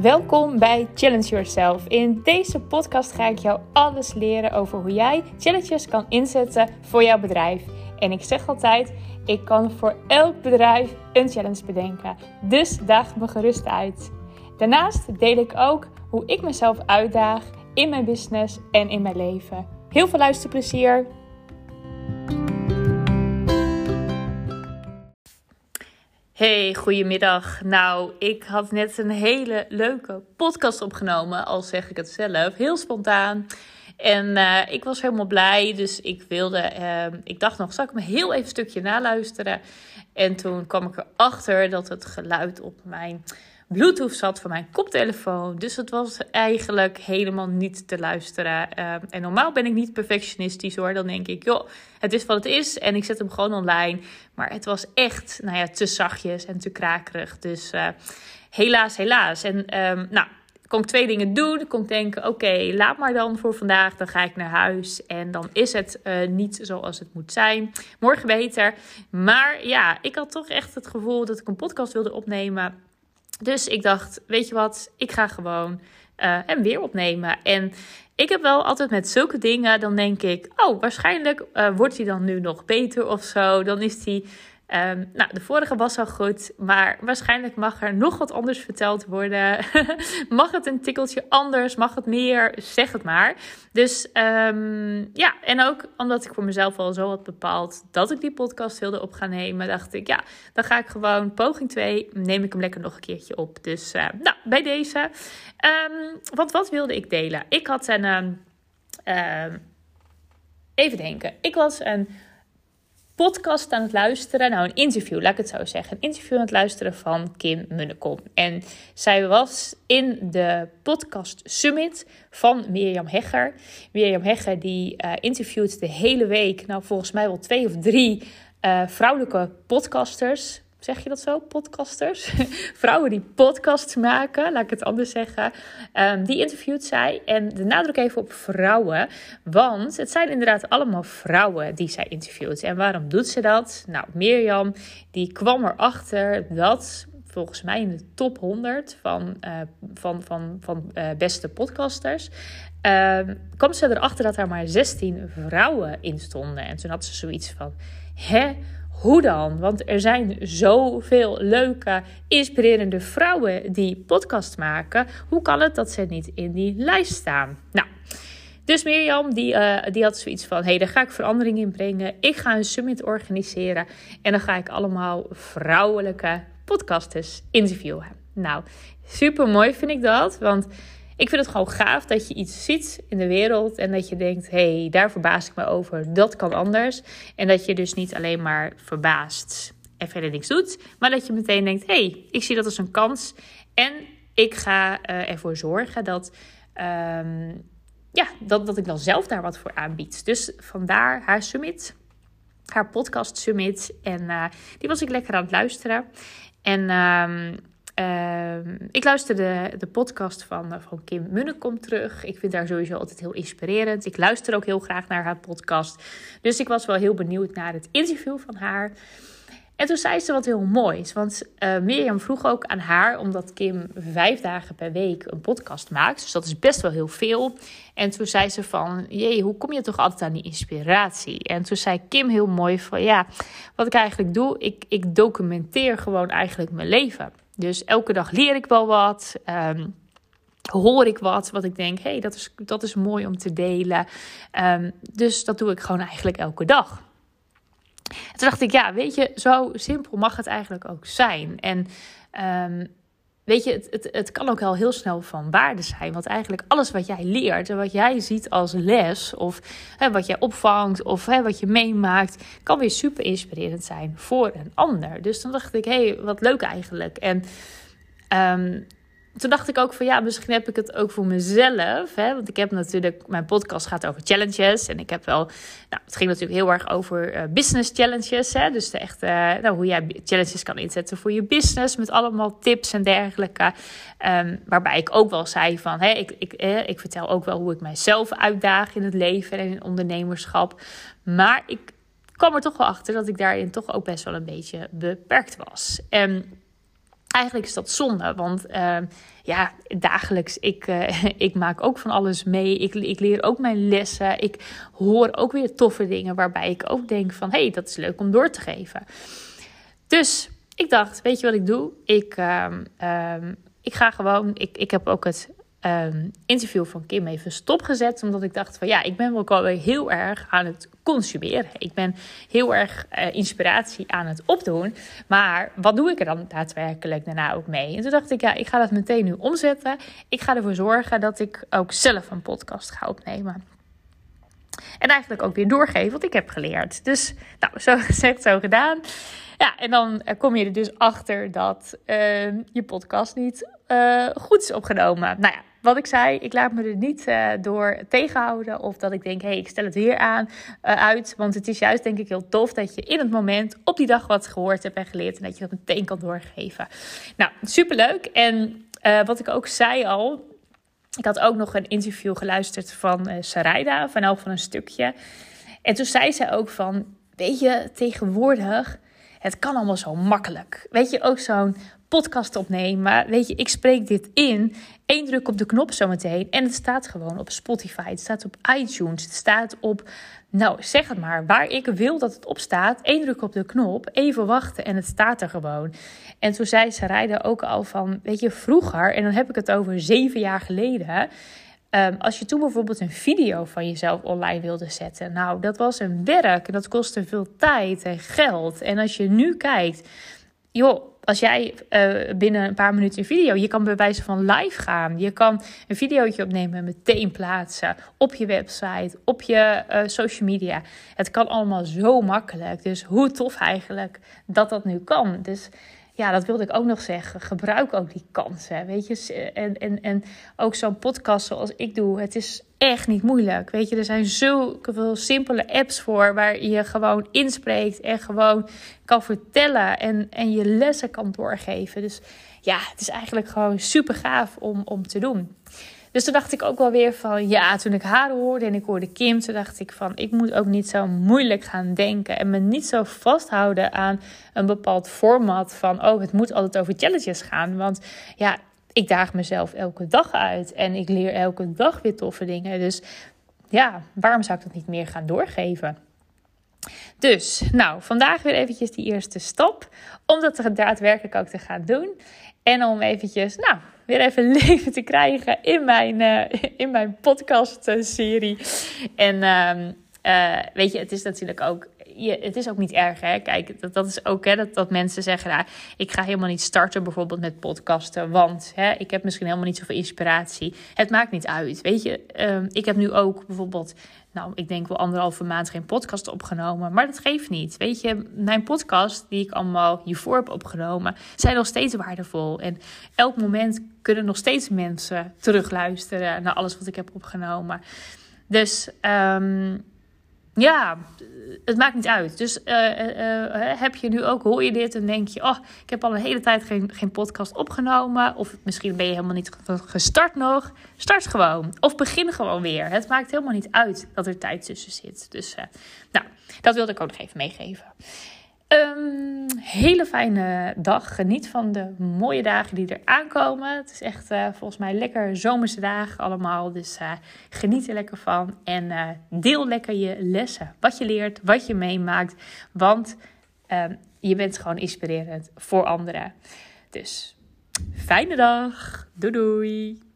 Welkom bij Challenge Yourself. In deze podcast ga ik jou alles leren over hoe jij challenges kan inzetten voor jouw bedrijf. En ik zeg altijd, ik kan voor elk bedrijf een challenge bedenken. Dus daag me gerust uit. Daarnaast deel ik ook hoe ik mezelf uitdaag in mijn business en in mijn leven. Heel veel luisterplezier! Hey, goedemiddag. Nou, ik had net een hele leuke podcast opgenomen, al zeg ik het zelf. Heel spontaan. En ik was helemaal blij, dus ik dacht nog, zal ik me heel even een stukje naluisteren? En toen kwam ik erachter dat het geluid op mijn Bluetooth zat van mijn koptelefoon. Dus het was eigenlijk helemaal niet te luisteren. En normaal ben ik niet perfectionistisch hoor. Dan denk ik, joh, het is wat het is. En ik zet hem gewoon online. Maar het was echt te zachtjes en te krakerig. Dus helaas. En kon ik 2 dingen doen. Ik kon denken, oké, laat maar dan voor vandaag. Dan ga ik naar huis. En dan is het niet zoals het moet zijn. Morgen beter. Maar ja, ik had toch echt het gevoel dat ik een podcast wilde opnemen. Dus ik dacht, weet je wat, ik ga gewoon hem weer opnemen. En ik heb wel altijd met zulke dingen, dan denk ik, waarschijnlijk wordt hij dan nu nog beter of zo. Dan is hij, de vorige was al goed, maar waarschijnlijk mag er nog wat anders verteld worden. Mag het een tikkeltje anders, mag het meer, zeg het maar. Dus en ook omdat ik voor mezelf al zo had bepaald dat ik die podcast wilde op gaan nemen, dacht ik, dan ga ik gewoon poging 2, neem ik hem lekker nog een keertje op. Dus bij deze. Want wat wilde ik delen? Ik had even denken. Ik was een podcast aan het luisteren. Een interview, laat ik het zo zeggen. Een interview aan het luisteren van Kim Munnekom. En zij was in de podcast Summit van Mirjam Hegger. Mirjam Hegger die interviewt de hele week, volgens mij wel 2 of 3 vrouwelijke podcasters. Zeg je dat zo? Podcasters? Vrouwen die podcasts maken, laat ik het anders zeggen. Die interviewt zij. En de nadruk even op vrouwen. Want het zijn inderdaad allemaal vrouwen die zij interviewt. En waarom doet ze dat? Mirjam die kwam erachter dat volgens mij in de top 100 van beste podcasters kwam ze erachter dat er maar 16 vrouwen in stonden. En toen had ze zoiets van, hoe dan? Want er zijn zoveel leuke, inspirerende vrouwen die podcast maken. Hoe kan het dat ze niet in die lijst staan? Dus Mirjam die had zoiets van, daar ga ik verandering in brengen. Ik ga een summit organiseren en dan ga ik allemaal vrouwelijke podcasters interviewen. Super mooi vind ik dat, want ik vind het gewoon gaaf dat je iets ziet in de wereld en dat je denkt, daar verbaas ik me over, dat kan anders. En dat je dus niet alleen maar verbaast en verder niks doet, maar dat je meteen denkt, ik zie dat als een kans. En ik ga ervoor zorgen dat ik dan zelf daar wat voor aanbied. Dus vandaar haar summit, haar podcast summit. En die was ik lekker aan het luisteren. En ik luisterde de podcast van Kim Munnekom terug. Ik vind haar sowieso altijd heel inspirerend. Ik luister ook heel graag naar haar podcast. Dus ik was wel heel benieuwd naar het interview van haar. En toen zei ze wat heel moois. Want Mirjam vroeg ook aan haar, omdat Kim 5 dagen per week een podcast maakt. Dus dat is best wel heel veel. En toen zei ze van, hoe kom je toch altijd aan die inspiratie? En toen zei Kim heel mooi van, wat ik eigenlijk doe, ik documenteer gewoon eigenlijk mijn leven. Dus elke dag leer ik wel wat, hoor ik wat ik denk, dat is mooi om te delen. Dus dat doe ik gewoon eigenlijk elke dag. En toen dacht ik, weet je, zo simpel mag het eigenlijk ook zijn. En weet je, het kan ook wel heel snel van waarde zijn. Want eigenlijk alles wat jij leert en wat jij ziet als les, of wat jij opvangt, of wat je meemaakt, kan weer super inspirerend zijn voor een ander. Dus dan dacht ik, wat leuk eigenlijk. En toen dacht ik ook van, misschien heb ik het ook voor mezelf. Want ik heb natuurlijk, mijn podcast gaat over challenges. En ik heb wel, het ging natuurlijk heel erg over business challenges. Dus de echte, hoe jij challenges kan inzetten voor je business. Met allemaal tips en dergelijke. Waarbij ik ook wel zei van, ik vertel ook wel hoe ik mijzelf uitdaag in het leven en in het ondernemerschap. Maar ik kwam er toch wel achter dat ik daarin toch ook best wel een beetje beperkt was. En eigenlijk is dat zonde, want dagelijks, ik maak ook van alles mee. Ik leer ook mijn lessen. Ik hoor ook weer toffe dingen waarbij ik ook denk van, hey, dat is leuk om door te geven. Dus ik dacht, weet je wat ik doe? Ik ga gewoon, ik heb ook het interview van Kim even stopgezet, omdat ik dacht van ik ben wel alweer heel erg aan het consumeren. Ik ben heel erg inspiratie aan het opdoen, maar wat doe ik er dan daadwerkelijk daarna ook mee? En toen dacht ik, ik ga dat meteen nu omzetten. Ik ga ervoor zorgen dat ik ook zelf een podcast ga opnemen. En eigenlijk ook weer doorgeven wat ik heb geleerd. Dus zo gezegd, zo gedaan. Ja, en dan kom je er dus achter dat je podcast niet goed is opgenomen. Nou ja, wat ik zei, ik laat me er niet door tegenhouden. Of dat ik denk, ik stel het weer uit. Want het is juist denk ik heel tof dat je in het moment op die dag wat gehoord hebt en geleerd. En dat je dat meteen kan doorgeven. Nou, superleuk. En wat ik ook zei al. Ik had ook nog een interview geluisterd van Sarayda, van een stukje. En toen zei ze ook van, weet je, tegenwoordig, het kan allemaal zo makkelijk. Weet je, ook zo'n podcast opnemen. Weet je, ik spreek dit in. 1 druk op de knop zometeen. En het staat gewoon op Spotify. Het staat op iTunes. Het staat op, zeg het maar, waar ik wil dat het op staat. 1 druk op de knop. Even wachten en het staat er gewoon. En toen zei Sarayda ook al van, weet je, vroeger, en dan heb ik het over 7 jaar geleden. Als je toen bijvoorbeeld een video van jezelf online wilde zetten. Dat was een werk en dat kostte veel tijd en geld. En als je nu kijkt, joh, als jij binnen een paar minuten een video, je kan bij wijze van live gaan. Je kan een videootje opnemen en meteen plaatsen op je website, op je social media. Het kan allemaal zo makkelijk. Dus hoe tof eigenlijk dat nu kan. Dus dat wilde ik ook nog zeggen. Gebruik ook die kansen, weet je. En ook zo'n podcast zoals ik doe. Het is echt niet moeilijk, weet je. Er zijn zoveel simpele apps voor waar je gewoon inspreekt en gewoon kan vertellen en je lessen kan doorgeven. Dus het is eigenlijk gewoon super gaaf om te doen. Dus toen dacht ik ook wel weer van, toen ik haar hoorde en ik hoorde Kim, toen dacht ik van, ik moet ook niet zo moeilijk gaan denken en me niet zo vasthouden aan een bepaald format van, het moet altijd over challenges gaan. Want ik daag mezelf elke dag uit en ik leer elke dag weer toffe dingen. Dus waarom zou ik dat niet meer gaan doorgeven? Dus, vandaag weer eventjes die eerste stap om dat er daadwerkelijk ook te gaan doen. En om eventjes, weer even leven te krijgen in mijn podcast-serie. En weet je, het is natuurlijk ook, het is ook niet erg, hè. Kijk, dat is ook, hè, dat mensen zeggen, ik ga helemaal niet starten bijvoorbeeld met podcasten, want ik heb misschien helemaal niet zoveel inspiratie. Het maakt niet uit, weet je. Ik heb nu ook bijvoorbeeld, ik denk wel 1,5 maand geen podcast opgenomen, maar dat geeft niet. Weet je, mijn podcast die ik allemaal hiervoor heb opgenomen, zijn nog steeds waardevol. En elk moment kunnen nog steeds mensen terugluisteren naar alles wat ik heb opgenomen. Dus het maakt niet uit. Dus heb je nu ook, hoor je dit en denk je, ik heb al een hele tijd geen podcast opgenomen. Of misschien ben je helemaal niet gestart nog. Start gewoon. Of begin gewoon weer. Het maakt helemaal niet uit dat er tijd tussen zit. Dus dat wilde ik ook nog even meegeven. Hele fijne dag. Geniet van de mooie dagen die er aankomen. Het is echt volgens mij lekker zomerse dagen allemaal. Dus geniet er lekker van. En deel lekker je lessen. Wat je leert, wat je meemaakt. Want je bent gewoon inspirerend voor anderen. Dus fijne dag. Doei doei.